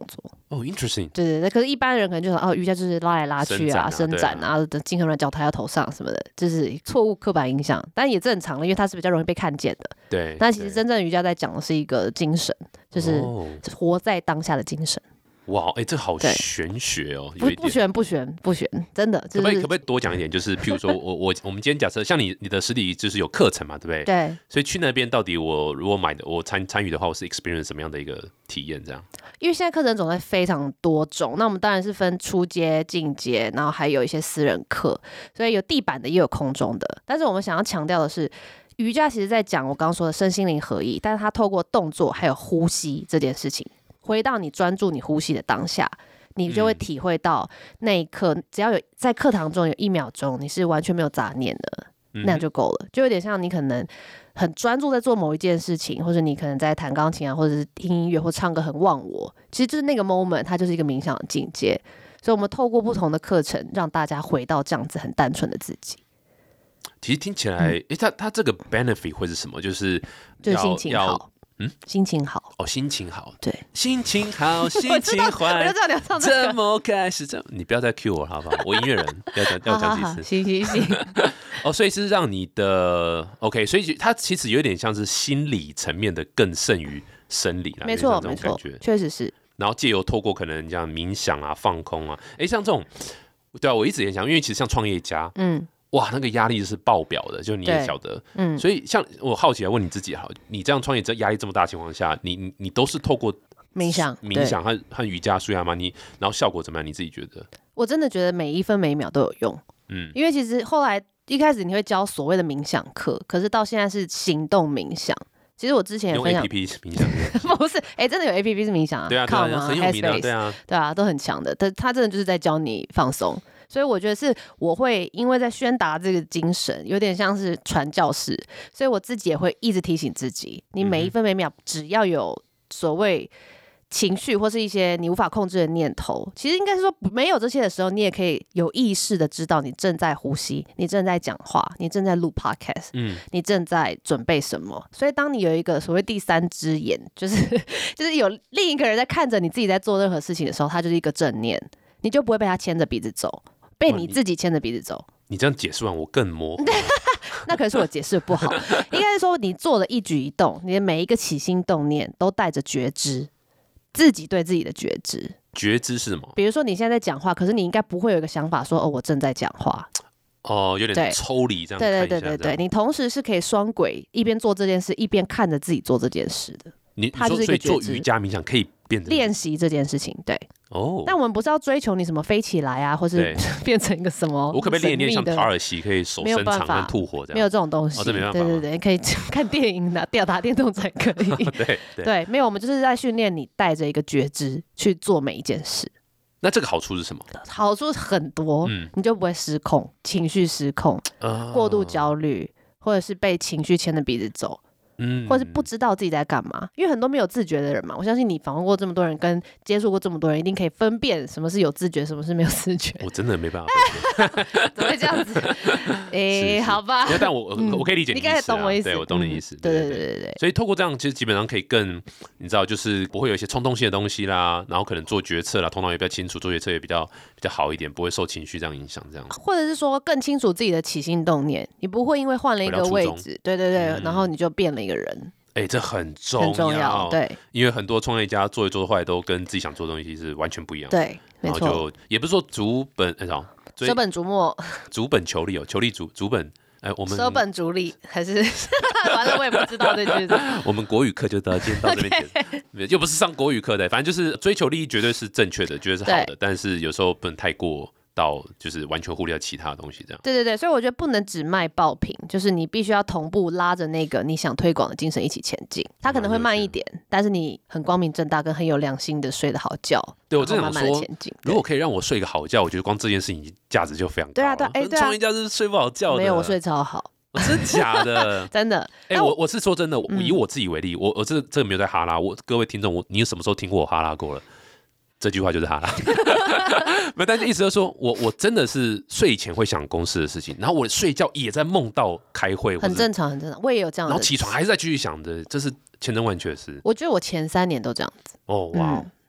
哦 ，interesting。 对对对，可是一般人可能就说哦，瑜伽就是拉来拉去啊，伸展啊，等金衡软脚抬到头上什么的，就是错误刻板印象，但也正常的，因为它是比较容易被看见的。 对， 但其实真正瑜伽在讲的是一个精神，就是活在当下的精神。 哇，哎、欸，这好玄学哦， 不不玄不玄不玄，真的。就是、 可不可以可不可以多讲一点？就是譬如说我我我们今天假设像你你的实体就是有课程嘛，对不对？ 对。 所以去那边到底我如果买的我参参与的话，我是 experience 什么样的一个体验？这样？ 因为现在课程种类非常多种，那我们当然是分初阶、进阶，然后还有一些私人课，所以有地板的也有空中的。但是我们想要强调的是，瑜伽其实在讲我刚刚说的身心灵合一，但是它透过动作还有呼吸这件事情，回到你专注你呼吸的当下。你就会体会到那一刻，只要有在课堂中有一秒钟，你是完全没有杂念的，那样就够了。就有点像你可能很专注在做某一件事情，或者你可能在弹钢琴啊，或者是听音乐或唱歌很忘我，其实就是那个 moment， 它就是一个冥想的境界。所以我们透过不同的课程，让大家回到这样子很单纯的自己。 其实听起来，哎、嗯，它它这个 benefit 会是什么？就是就是心情好。嗯，心情好哦，心情好， 对， 心情好，心情坏， 我就知道你要唱这个。 怎么开始？这你不要再 cue 我好不好？我音乐人，要讲要讲几次？ 行行行。 哦，所以是让你的 OK， 所以它其实有点像是心理层面的更胜于生理啦， 没错没错，确实是。 然后借由透过可能这样冥想啊、放空啊，哎，像这种，对啊，我一直也想，因为其实像创业家，嗯。哇，那个压力是爆表的，就你也晓得，嗯，所以像我好奇来问你自己好，你这样创业，这压力这么大的情况下，你你你都是透过冥想、 冥想和和瑜伽、舒压吗？你然后效果怎么样？你自己觉得？ 我真的觉得每一分每一秒都有用，嗯，因为其实后来一开始你会教所谓的冥想课，可是到现在是行动冥想。其实我之前也分享用 A P P 冥想， 不是，哎、欸，真的有 A P P 是冥想啊， 对啊，对啊，很有名的，对啊， 对啊，都很强的，但他真的就是在教你放松。所以我觉得是我会因为在宣达这个精神，有点像是传教士，所以我自己也会一直提醒自己，你每一分每秒只要有所谓情绪或是一些你无法控制的念头，其实应该是说没有这些的时候，你也可以有意识的知道你正在呼吸，你正在讲话，你正在录 podcast，嗯，你正在准备什么。所以当你有一个所谓第三只眼，就是就是有另一个人在看着你自己在做任何事情的时候，它就是一个正念，你就不会被他牵着鼻子走。被你自己牵着鼻子走， 你这样解释完，我更模糊。 那可能是我解释不好，应该是说你做的一举一动，你的每一个起心动念都带着觉知，自己对自己的觉知。 觉知是什么？ 比如说你现在在讲话，可是你应该不会有一个想法说，哦，我正在讲话。 哦，有点抽离这样。 对对对对对，你同时是可以双轨，一边做这件事，一边看着自己做这件事的。 你他就是一个觉知，所以做瑜伽冥想可以变成练习这件事情，对。 哦， 但我们不是要追求你什么飞起来啊，或是变成一个什么？ 我可不可以练一练像塔尔西，可以手伸长跟吐火这样？ 没有这种东西， 哦、这没办法。 对对对，可以看电影的，吊打电动才可以。 对 对, 对，没有，我们就是在训练你带着一个觉知去做每一件事。 那这个好处是什么？ 好处很多，嗯、你就不会失控，情绪失控，呃、过度焦虑，或者是被情绪牵着鼻子走。嗯，或者是不知道自己在干嘛，因为很多没有自觉的人嘛，我相信你访问过这么多人，跟接触过这么多人，一定可以分辨什么是有自觉，什么是没有自觉。 我真的没办法分辨， 怎么会这样子？哎、欸，好吧。 但我、嗯、我可以理解你意思、啊， 你应该懂我意思， 对我懂你意思。 嗯、对对对对对。 所以透过这样，其实基本上可以更，你知道，就是不会有一些冲动性的东西啦，然后可能做决策啦，头脑也比较清楚，做决策也比较比较好一点，不会受情绪这样影响，这样。 或者是说更清楚自己的起心动念，你不会因为换了一个位置，对对对，嗯、然后你就变了一个人。 哎、欸，这很重要， 很重要，对， 因为很多创业家做一做后来都跟自己想做的东西是完全不一样的， 对，没错， 然后就也不是说逐本，哎、欸， 舍本逐末， 逐本求利哦，求利逐逐本，哎、欸，我们舍本逐利还是完了，我也不知道这句子。 我们国语课就到今天到这边结束，又不是上国语课的，反正就是追求利益绝对是正确的，绝对是好的，但是有时候不能太过。到就是完全忽略其他的东西，这样。 对对对，所以我觉得不能只卖爆品，就是你必须要同步拉着那个你想推广的精神一起前进。它可能会慢一点，但是你很光明正大跟很有良心的睡得好觉。 对我真的想说，慢慢如果可以让我睡一个好觉，我觉得光这件事情价值就非常高。 对啊对啊，哎对啊， 创业家是睡不好觉的。 没有，我睡超好。 真假的？ 真的？ 哎、欸，我我是说真的，我以我自己为例，我我这这个没有在哈拉，我各位听众，我你什么时候听过我哈拉过了？这句话就是哈拉。没，但是意思就是说我我真的是睡前会想公司的事情，然后我睡觉也在梦到开会， 很正常，很正常，我也有这样的。 然后起床还是在继续想的，这是千真万确的事。 我觉得我前三年都这样子。 哦，哇、嗯，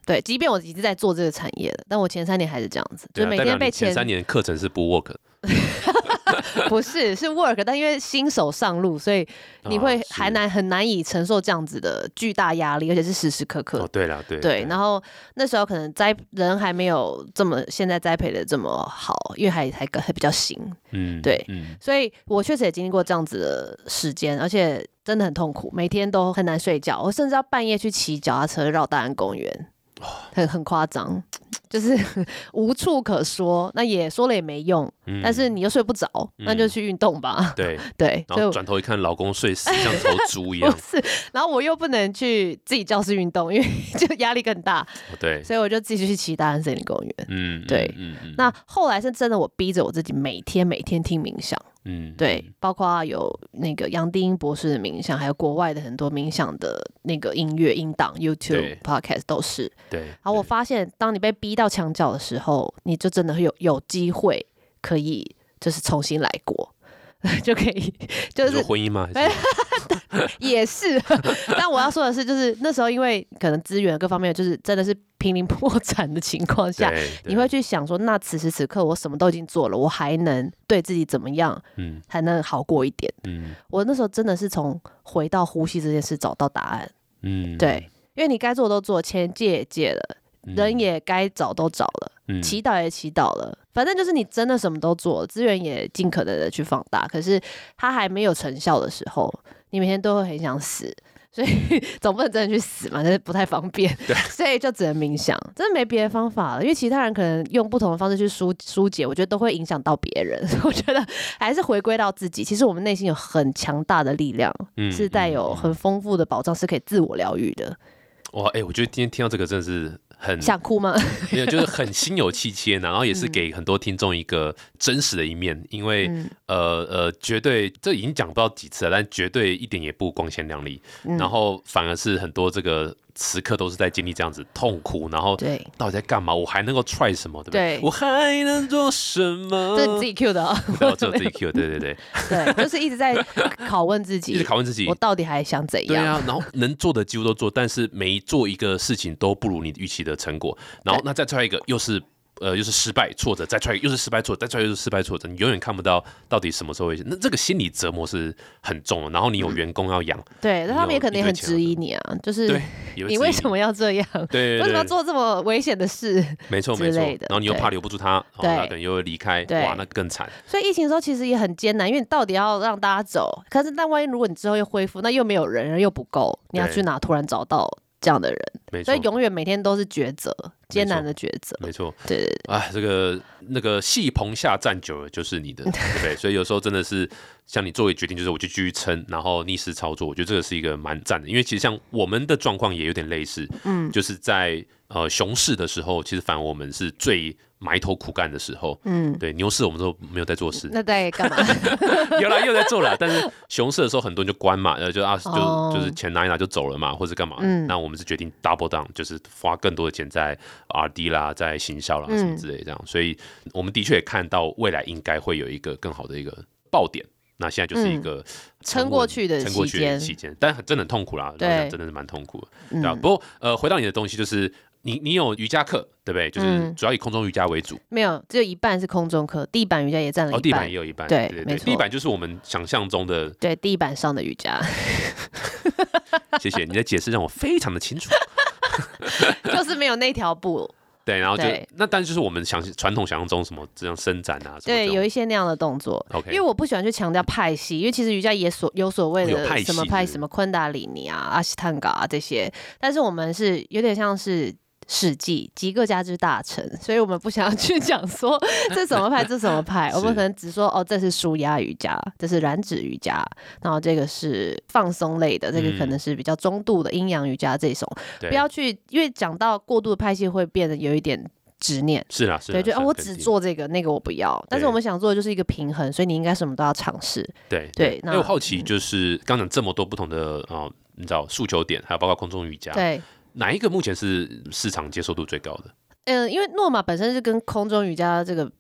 对，即便我已经在做这个产业了，但我前三年还是这样子，就每天被前三年课程是不 work。 不是，是 work， 但因为新手上路，所以你会还难、啊、很难以承受这样子的巨大压力，而且是时时刻刻。 哦，对了，对对。然后那时候可能栽人还没有这么现在栽培的这么好，因为还还还比较新。嗯，对。嗯，所以我确实也经历过这样子的时间，而且真的很痛苦，每天都很难睡觉，我甚至要半夜去骑脚踏车绕大安公园，很很夸张。就是无处可说，那也说了也没用，嗯、但是你又睡不着，嗯、那就去运动吧。 对对， 然后转头一看，老公睡死，像头猪一样。 不是，然后我又不能去自己教室运动，因为就压力更大。 对， 所以我就自己去骑大安森林公园。嗯，对。嗯嗯、那后来是真的，我逼着我自己每天每天听冥想。嗯，对，包括有那个杨定一博士的冥想，还有国外的很多冥想的那个音乐音档 ，YouTube、Podcast 都是。 对。 然后我发现，当你被逼到墙角的时候，你就真的会有有机会可以就是重新来过，就可以就是有婚姻吗？ 也是。但我要说的是，就是那时候因为可能资源各方面，就是真的是濒临破产的情况下，你会去想说，那此时此刻我什么都已经做了，我还能对自己怎么样，嗯，才能好过一点？嗯，我那时候真的是从回到呼吸这件事找到答案。嗯，对，因为你该做的都做，钱借也借了。人也该找都找了，嗯、祈祷也祈祷了，反正就是你真的什么都做了，资源也尽可能的去放大，可是它还没有成效的时候，你每天都会很想死，所以总不能真的去死嘛，但是不太方便，所以就只能冥想，真的没别的方法了，因为其他人可能用不同的方式去疏疏解，我觉得都会影响到别人，我觉得还是回归到自己，其实我们内心有很强大的力量，嗯、是带有很丰富的保障，是可以自我疗愈的。 哇，哎、欸，我觉得今天听到这个真的是很想哭吗？ 没有，就是很心有戚戚，然后也是给很多听众一个真实的一面，因为、嗯、呃呃，绝对这已经讲不知道几次了，但绝对一点也不光鲜亮丽，嗯、然后反而是很多这个时刻都是在经历这样子痛苦，然后到底在干嘛？我还能够 try 什么？对不对？对，我还能做什么？ 这是你自己 Q 的、哦， 对，我只有自己 Q， 对对对， 对，就是一直在拷问自己， 一直拷问自己， 我到底还想怎样？ 对啊，然后能做的几乎都做，但是每一做一个事情都不如你预期的成果，然后那再 try 一个又是。呃，又是失败挫折，再 try 又是失败挫折，再 try 又是失败挫折，你永远看不到到底什么时候会。那这个心理折磨是很重的。然后你有员工要养， 嗯、对，他们也肯定很质疑你啊，就是你为什么要这样？ 对, 对, 对， 为什么要做这么危险的事？ 没错没错。然后你又怕留不住他，对，他可能又会离开，哇，那更惨。 所以疫情的时候其实也很艰难，因为你到底要让大家走，可是但万一如果你之后又恢复，那又没有人，人又不够，你要去哪突然找到这样的人？所以永远每天都是抉择。艰难的抉择， 没错， 对对对， 哎，这个那个戏棚下站久了就是你的，对不对？所以有时候真的是像你作为决定，就是我就继续撑，然后逆势操作，我觉得这个是一个蛮赞的，因为其实像我们的状况也有点类似，嗯，就是在呃熊市的时候，其实反而我们是最埋头苦干的时候，嗯，对，牛市我们都没有在做事， 那在干嘛？ 有啦，又在做啦，但是熊市的时候很多人就关嘛，呃，就啊，就、oh. 就是钱拿一拿就走了嘛，或者干嘛？嗯，那我们是决定 double down， 就是花更多的钱在 R D 啦，在行销啦什么之类这样，嗯、所以我们的确也看到未来应该会有一个更好的一个爆点。那现在就是一个撑、嗯、过去的撑过去的期间，但真的很痛苦啦，对，真的是蛮痛苦的，对吧、嗯？不过呃，回到你的东西，就是你你有瑜伽课，对不对？就是主要以空中瑜伽为主，嗯、 没有，只有一半是空中课，地板瑜伽也占了一半， 哦，地板也有一半， 对， 对对对， 没错， 地板就是我们想象中的， 对，地板上的瑜伽。 谢谢你的解释，让我非常的清楚， 就是没有那条布。 对，然后就那，但是就是我们想传统想象中什么这样伸展啊， 对，有一些那样的动作。 OK， 因为我不喜欢去强调派系，因为其实瑜伽也所有所谓的什么派、什么昆达里尼啊、阿西坦嘎啊这些，但是我们是有点像是史记，几个家之大成，所以我们不想要去讲说这什么派，这什么派，我们可能只说哦，这是舒压瑜伽，这是燃脂瑜伽，然后这个是放松类的，这个可能是比较中度的阴阳瑜伽这种，嗯、不要去，因为讲到过度的派系会变得有一点执念， 是啦，是啦， 对，就啊，我只做这个，那个我不要。但是我们想做的就是一个平衡，所以你应该什么都要尝试。 对对， 那我好奇就是刚讲这么多不同的啊、呃，你知道诉求点，还有包括空中瑜伽， 对。 哪一个目前是市场接受度最高的？ 嗯，因为诺玛本身是跟空中瑜伽这个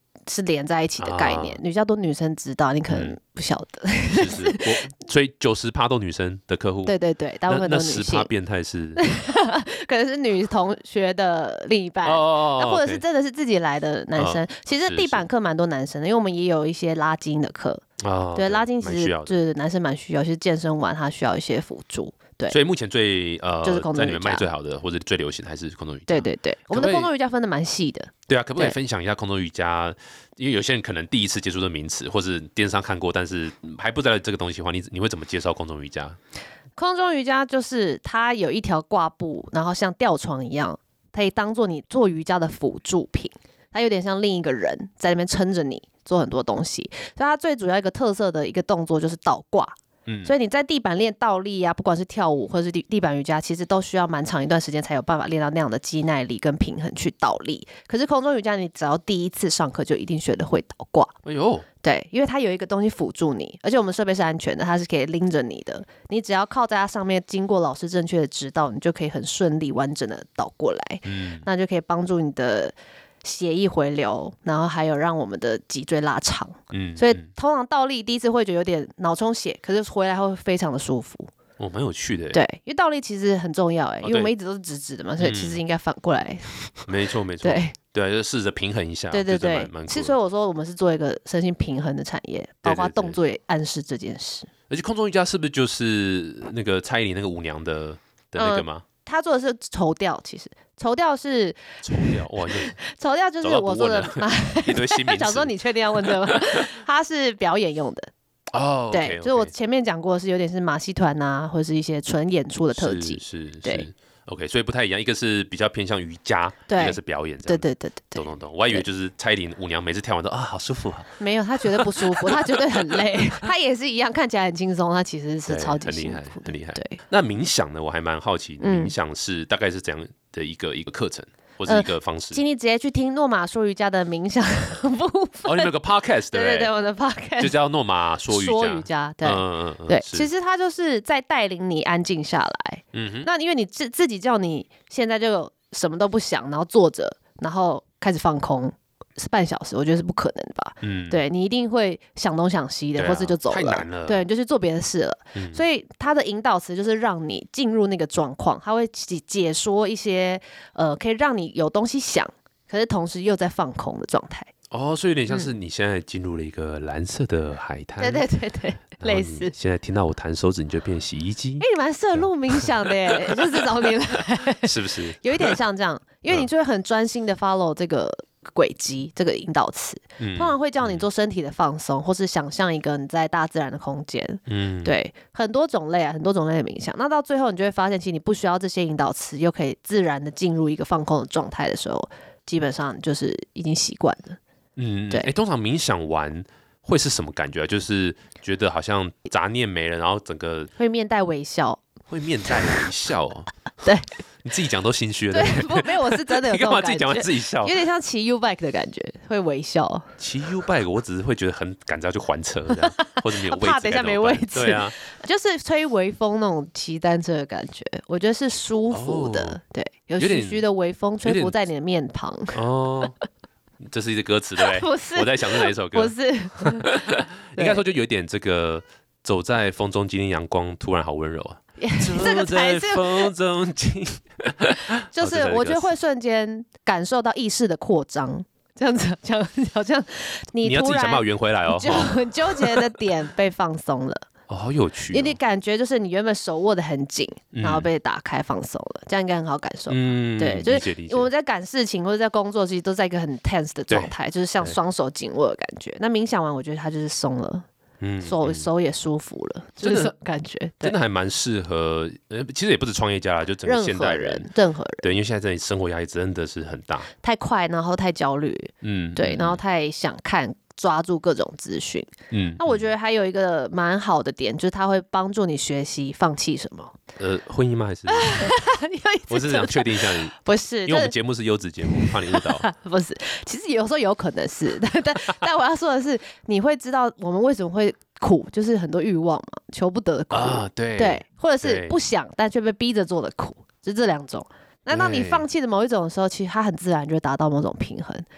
是连在一起的概念，啊、比较多女生知道，你可能不晓得。 嗯、是是，我所以九十趴都女生的客户。 对对对，大部分都女性。 那十趴变态是， 可能是女同学的另一半，那、 哦、 或者是真的是自己来的男生。哦、其实地板课蛮多男生的，因为我们也有一些拉筋的课。哦，对，拉筋其实就是男生蛮需要，其实健身完他需要一些辅助。对， 所以目前最呃， 就是空中瑜伽， 在你们卖最好的或者最流行的还是空中瑜伽。 对对对，我们的空中瑜伽分的蛮细的。 对啊，可不可以分享一下空中瑜伽？因为有些人可能第一次接触这名词，或是电视上看过，但是还不知道这个东西的话，你你会怎么介绍空中瑜伽？ 空中瑜伽就是它有一条挂布，然后像吊床一样，可以当做你做瑜伽的辅助品。它有点像另一个人在那边撑着你做很多东西。所以它最主要一个特色的一个动作就是倒挂。嗯、所以你在地板练倒立啊，不管是跳舞或者是 地, 地板瑜伽，其实都需要蛮长一段时间才有办法练到那样的肌耐力跟平衡去倒立。可是空中瑜伽，你只要第一次上课就一定学得会倒挂。哎呦，对，因为它有一个东西辅助你，而且我们设备是安全的，它是可以拎着你的，你只要靠在它上面，经过老师正确的指导，你就可以很顺利完整的倒过来。嗯，那就可以帮助你的血液回流，然后还有让我们的脊椎拉长。嗯，所以通常倒立第一次会觉得有点脑充血，可是回来会非常的舒服。 哦，蛮有趣的。 对，因为倒立其实很重要哎、哦，因为我们一直都是直直的嘛，所以其实应该反过来。 没错没错。对对，就试着平衡一下。 对对对，其实所以我说我们是做一个身心平衡的产业，包括动作也暗示这件事。 而且空中瑜伽是不是就是那个蔡依林那个舞娘的的那个吗？嗯， 他做的是绸吊，其实绸吊是绸吊哇， 绸吊就是我说的一堆新名词。 想说你确定要问这个吗？它是表演用的哦， oh, 对， okay, 就是我前面讲过的是有点是马戏团啊，或者是一些纯演出的特技， 是是对是 ，OK， 所以不太一样，一个是比较偏向瑜伽，一个是表演， 对对对对对， 懂懂懂。我还以为就是蔡依林舞娘每次跳完都啊好舒服啊， 没有，她绝对不舒服，她绝对很累，她也是一样，看起来很轻松，她其实是超级辛苦， 很厉害，很厉害。 对， 那冥想呢，我还蛮好奇，冥想是、嗯、大概是怎样的一个一个课程？或是一个方式， 请、呃、你直接去听诺玛说瑜伽的冥想部分。 哦，你有个 podcast 对不对？ 对对对，我的 podcast 就叫诺玛说瑜伽。 说瑜伽，对，嗯嗯嗯对，其实他就是在带领你安静下来。嗯哼。那因为你自自己叫你现在就什么都不想，然后坐着，然后开始放空。是半小时，我觉得是不可能的吧。嗯，对你一定会想东想西的，啊、或是就走了， 太难了。 对，你就去做别的事了。嗯、所以他的引导词就是让你进入那个状况，他会解说一些呃，可以让你有东西想，可是同时又在放空的状态。 哦，所以有点像是你现在进入了一个蓝色的海滩。 对对对对，类似。 现在听到我弹手指，你就变洗衣机。 哎、欸，你蛮适合录冥想的耶，就是找你来， 是不是？ 有一点像这样，因为你就会很专心的 follow 这个。轨迹这个引导词，嗯、通常会叫你做身体的放松，嗯、或是想象一个你在大自然的空间。嗯，对，很多种类啊，很多种类的冥想。那到最后，你就会发现，其实你不需要这些引导词，又可以自然的进入一个放空的状态的时候，基本上就是已经习惯了。 嗯，对。哎、欸，通常冥想完会是什么感觉啊？就是觉得好像杂念没了，然后整个会面带微笑。 会面带微笑哦， 对， 你自己讲都心虚了。 对，不，没有，我是真的有这种感觉。你干嘛自己讲完自己笑？ 有点像骑 U bike 的感觉，会微笑。 骑 U bike， 我只是会觉得很赶着要去还车这样，或者没有位置， 怕等一下没位置。 对啊， 就是吹微风那种骑单车的感觉，我觉得是舒服的。哦、对，有徐徐的微风吹拂在你的面庞。哦。 这是一个歌词对不对？ 不是， 我在想是哪一首歌？ 不是， 应该说就有点这个走在风中，今天阳光突然好温柔啊。 这个才是风中就是我觉得会瞬间感受到意识的扩张，这样子讲好像你你要自己想办法圆回来哦， 就很纠结的点被放松了。 哦，好有趣、哦！ 你的感觉就是你原本手握得很紧，嗯、然后被打开放松了，这样应该很好感受。嗯，对，就是我们在赶事情或者在工作，其实都在一个很 tense 的状态，就是像双手紧握的感觉。那冥想完，我觉得它就是松了。嗯，手手也舒服了，真的感觉真的还蛮适合。呃，其实也不是创业家啦，就整个现代人， 任何人， 对，因为现在这里生活压力真的是很大， 太快，然后太焦虑，嗯，对，然后太想看。抓住各种资讯，嗯，那我觉得还有一个蛮好的点，就是它会帮助你学习放弃什么。 呃，婚姻吗？还是？我是想确定一下你， 不是， 因为我们节目是优质节目，怕你误导。 不是，其实有时候有可能是，但但但我要说的是，你会知道我们为什么会苦，就是很多欲望嘛，求不得的苦啊，对对，或者是不想但却被逼着做的苦，就这两种。那当你放弃的某一种的时候，其实它很自然就会达到某种平衡。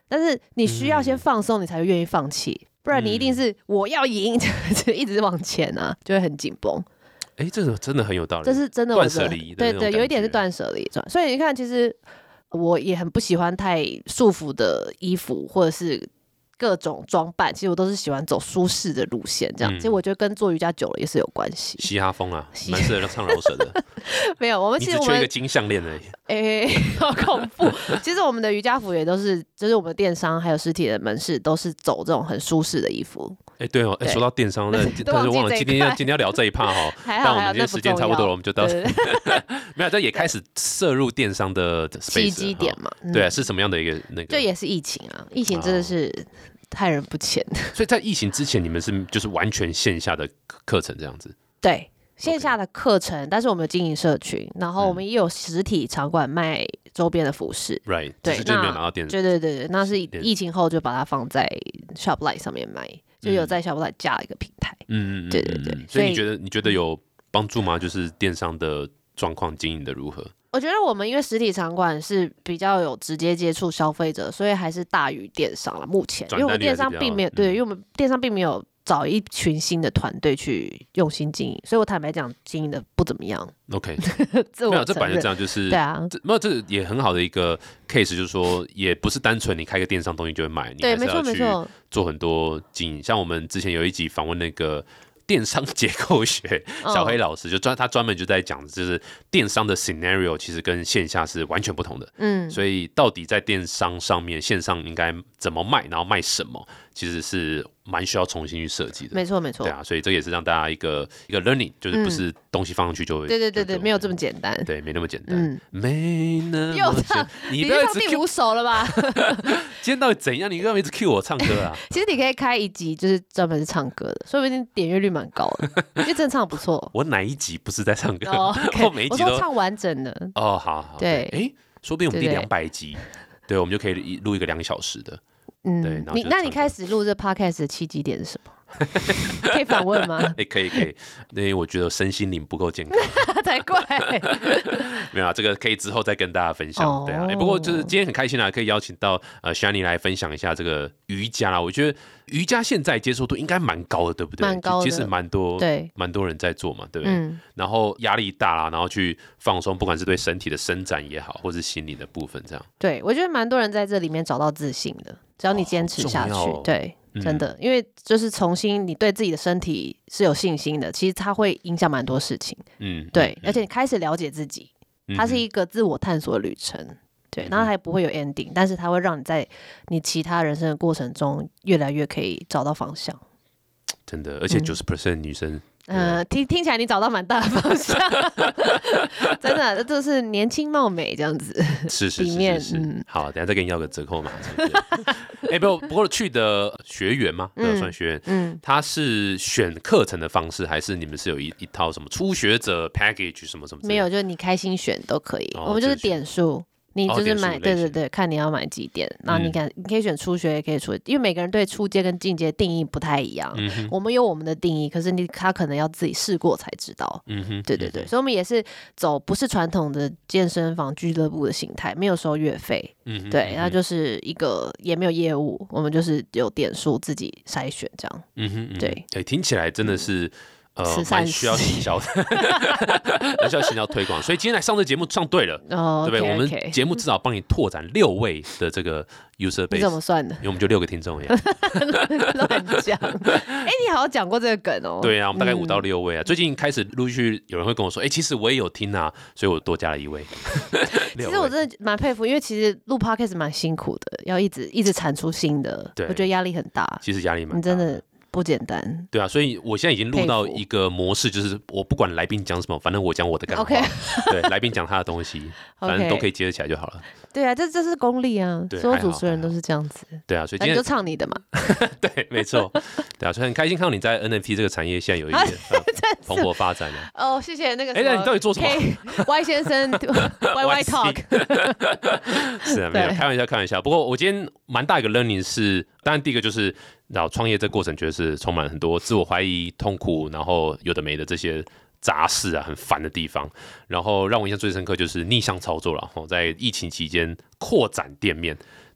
但是你需要先放松，你才会愿意放弃，不然你一定是我要赢，就一直往前啊，就会很紧绷。 哎、欸，这个真的很有道理， 这是真的断舍离， 对对，有一点是断舍离。所以你看，其实我也很不喜欢太束缚的衣服，或者是各种装扮，其实我都是喜欢走舒适的路线，这样。嗯、其实我觉得跟做瑜伽久了也是有关系。 嘻哈风啊，蛮适合唱饶舌的。 没有，我们其实我们你只缺一个金项链而已。 哎、欸，好恐怖！其实我们的瑜伽服也都是，就是我们的电商还有实体的门市都是走这种很舒适的衣服。 哎、欸，对哦，哎、欸，说到电商，那但是忘了今天今天要聊这一趴哈，但我们今天时间差不多了，我们就到这。没有，这也开始涉入电商的契机点嘛、嗯？ 对啊，是什么样的一个那个？ 这也是疫情啊，疫情真的是害人不浅。 所以在疫情之前，你们是就是完全线下的课程这样子？ 对。线下的课程，但是我们有经营社群，然后我们也有实体场馆卖周边的服饰。 Right， 对， 只是就是没有拿到电。 对对对对，那是疫情后就把它放在 Shopline 上面卖，就有在 Shopline 架一个平台。嗯嗯，对对对。 所以你觉得你觉得有帮助吗？就是电商的状况经营的如何？ 我觉得我们因为实体场馆是比较有直接接触消费者，所以还是大于电商了。目前，因为我们电商并没有、嗯、对，因为我们电商并没有。找一群新的团队去用心经营，所以我坦白讲，经营的不怎么样。 OK， 没有，这本来就这样，就是对啊， 没有这也很好的一个 case， 就是说，也不是单纯你开个电商东西就会卖，你还是要去做很多经营。像我们之前有一集访问那个电商结构学小黑老师，就专他专门就在讲，就是电商的 scenario 其实跟线下是完全不同的。嗯，所以到底在电商上面，线上应该怎么卖，然后卖什么，其实是蛮需要重新去设计的。 没错没错， 对啊，所以这也是让大家一个一个 learning， 就是不是东西放上去就会。 对对对对，没有这么简单。 对，没那么简单。嗯，没那么简单。 你不要唱第五首了吧？ 今天到底怎样？你干嘛一直 cue 我唱歌啊？ 其实你可以开一集，就是专门是唱歌的，说不定点阅率蛮高的，因为真的唱得不错。 我哪一集不是在唱歌？ 哦 okay, 我每一集都我说唱完整的。 哦，好好。 对， 哎、欸，说不定我们第两百集，对，我们就可以录一个两小时的。 嗯，对，你那你开始录这 podcast 的契机点是什么？可以反问吗？ 哎、欸，可以可以，因为我觉得身心灵不够健康， 才怪。 没有啊，这个可以之后再跟大家分享。Oh. 对啊，哎、欸，不过就是今天很开心啦，可以邀请到呃 Shani 来分享一下这个瑜伽啦。我觉得瑜伽现在接受度应该蛮高的，对不对？ 蛮高的， 其实蛮多，对，蛮多人在做嘛，对不对？嗯、然后压力大啦，然后去放松，不管是对身体的伸展也好，或是心理的部分，这样。 对，我觉得蛮多人在这里面找到自信的，只要你坚持下去，哦、对。真的，因为就是重新你对自己的身体是有信心的，其实它会影响蛮多事情。嗯，对，嗯、而且你开始了解自己，它是一个自我探索的旅程。对，然后它也不会有 ending， 但是它会让你在你其他人生的过程中越来越可以找到方向。 真的，而且九十 percent 女生。 嗯，听听起来你找到蛮大的方向，真的，就是年轻貌美这样子。 是是是是是，嗯、好，等一下再给你要个折扣码。哎、欸，不，不过去的学员吗？不要算学员，嗯，他是选课程的方式，还是你们是有一一套什么初学者 package 什么什么？ 没有，就是你开心选都可以，哦、我们就是点数。你就是买，哦、对对对，看你要买几点，然后你看，嗯、你可以选初学，也可以初，因为每个人对初阶跟进阶定义不太一样。嗯、我们有我们的定义，可是你他可能要自己试过才知道。嗯哼，对对对，嗯、所以我们也是走不是传统的健身房俱乐部的形态，没有收月费。嗯，对，然后就是一个也没有业务，我们就是有点数自己筛选这样。嗯哼，嗯对， 哎、欸，听起来真的是。嗯呃，蛮需要行销的，蛮需要行销推广，所以今天来上这节目上对了， oh, 对不对？ okay, 我们节目至少帮你拓展六位的这个 user base。 你怎么算的？ 因为我们就六个听众而已。 乱讲！哎，你好像讲过这个梗哦。 对啊，我们大概五到六位啊。嗯、最近开始陆续有人会跟我说，哎，其实我也有听啊，所以我多加了一位。 其实我真的蛮佩服，因为其实录 podcast 蛮辛苦的，要一直一直产出新的，我觉得压力很大。 其实压力蛮大， 你真的。不简单， 对啊，所以我现在已经录到一个模式，就是我不管来宾讲什么，反正我讲我的干话， okay. 对，来宾讲他的东西，反正都可以接得起来就好了。 对啊，这这是功力啊，所有主持人都是这样子。 对啊，所以今天你就唱你的嘛。 对，没错。对啊，所以很开心看到你在 N F T 这个产业现在有一点、呃、蓬勃发展了。 哦，谢谢那个。 哎，那你到底做什么 ？Y 先生 ，Y Y Talk。 是啊，没有开玩笑，开玩笑。不过我今天蛮大一个 learning 是，当然第一个就是。然后创业这过程，觉得是充满很多自我怀疑、痛苦，然后有的没的这些杂事啊，很烦的地方。然后让我印象最深刻就是逆向操作了，在疫情期间扩展店面。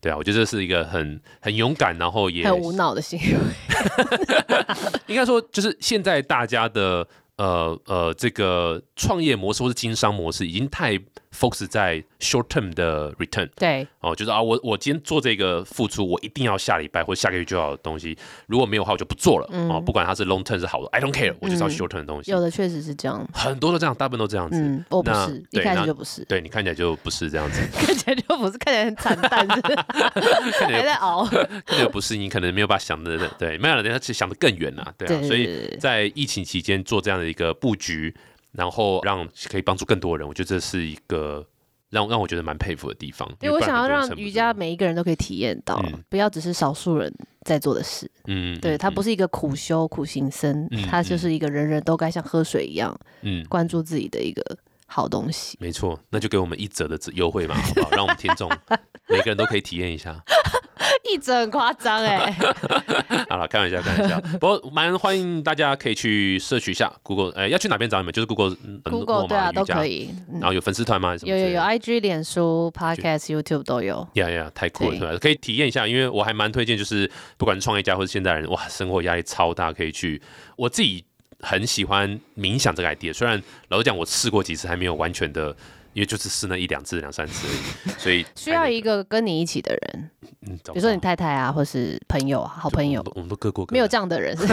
对啊，我觉得这是一个很很勇敢，然后也很无脑的行为。 应该说，就是现在大家的呃呃这个创业模式或是经商模式，已经太 focus 在 short term 的 return。 对， 哦，就是啊，我我今天做这个付出，我一定要下礼拜或下个月就要的东西，如果没有的话，我就不做了。嗯、哦，不管它是 long term 是好的 ，I don't care，、嗯、我就是要 short term 的东西。 有的确实是这样， 很多都这样，大部分都这样子。 嗯，我不是，一开始就不是。 对你看起来就不是这样子， 看起来就不是，看起来很惨淡，还在熬， 看起来不是，你可能没有把想的对，没有人家是想的更远啊，对啊，对，所以在疫情期间做这样的一个布局，然后让可以帮助更多人，我觉得这是一个。让让我觉得蛮佩服的地方， 因为我想要让瑜伽每一个人都可以体验到，嗯、不要只是少数人在做的事。嗯，对，它不是一个苦修苦行僧，嗯、它就是一个人人都该像喝水一样，嗯，关注自己的一个好东西。 没错，那就给我们一折的优惠嘛，好不好？让我们听众每个人都可以体验一下。 一折很夸张哎， 好了，开玩笑，开玩笑。不过蛮欢迎大家可以去摄取一下 Google， 哎、欸，要去哪边找你们？就是 Google，Google、嗯、 对啊，都可以。 然后有粉丝团吗？ 有有有 ，I G、脸书、Podcast、YouTube 都有。 呀呀，太酷了，可以体验一下。因为我还蛮推荐，就是不管是创业家或是现代人，哇，生活压力超大，可以去。我自己很喜欢冥想这个 idea， 虽然老实讲，我试过几次还没有完全的。因为就是试那一两次、两三次而已，所以需要一个跟你一起的人，嗯、比如说你太太啊，或是朋友、好朋友， 我们都各过各的， 没有这样的人是。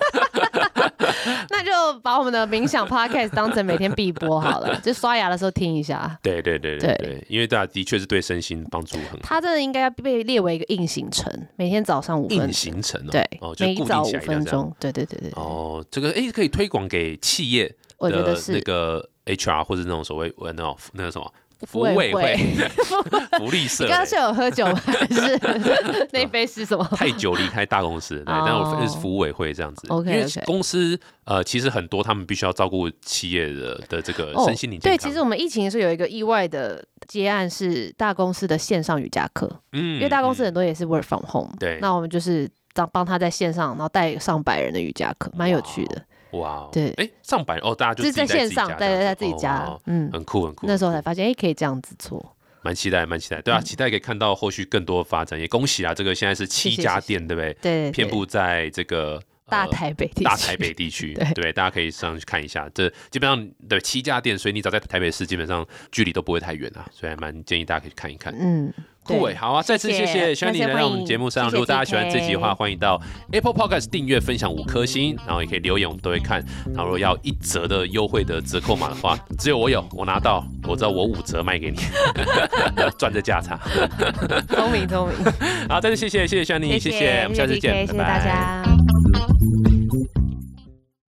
那就把我们的冥想 podcast 当成每天必播好了，就刷牙的时候听一下。 对对对 对, 对, 对，因为大家的确是对身心帮助很好。 它真的应该要被列为一个硬行程，每天早上五分钟。 硬行程哦， 对， 哦就是、 每早五分钟。对对对对。 哦，这个哎可以推广给企业的那个 H R 或者那种所谓那种那个什么。福委会、福利社， 你刚刚是有喝酒吗？还是那杯是什么？ 太久离开大公司，对，但我是福委会这样子。 OK， 因为公司呃，其实很多他们必须要照顾企业的的这个身心灵健康。 对，其实我们疫情的时候有一个意外的接案是大公司的线上瑜伽课，嗯，因为大公司很多也是 work from home，对，那我们就是帮他在线上，然后带上百人的瑜伽课，蛮有趣的。 哇， 对， 哎，上百哦，大家就就是在线上，在在自己家，嗯， 很酷很酷。 那时候才发现，哎，可以这样子做， 蛮期待，蛮期待。对啊，期待可以看到后续更多发展，也恭喜啊！这个现在是七家店，对不对？ 对， 遍布在这个大台北地区， 大台北地区，对，大家可以上去看一下。这基本上对七家店，所以你只要在台北市，基本上距离都不会太远啊，所以还蛮建议大家可以去看一看。嗯。酷伟，好啊！再次谢谢 Shani 来到我们节目上。如果大家喜欢这集的话，欢迎到 Apple Podcast 订阅、分享五颗星，然后也可以留言，我们都会看。然后如果要一折的优惠的折扣码的话，只有我有，我拿到，我知道我五折卖给你，赚这价差。 聪明聪明。 好，再次谢谢谢谢 Shani，谢谢，我们下次见， 谢谢大家。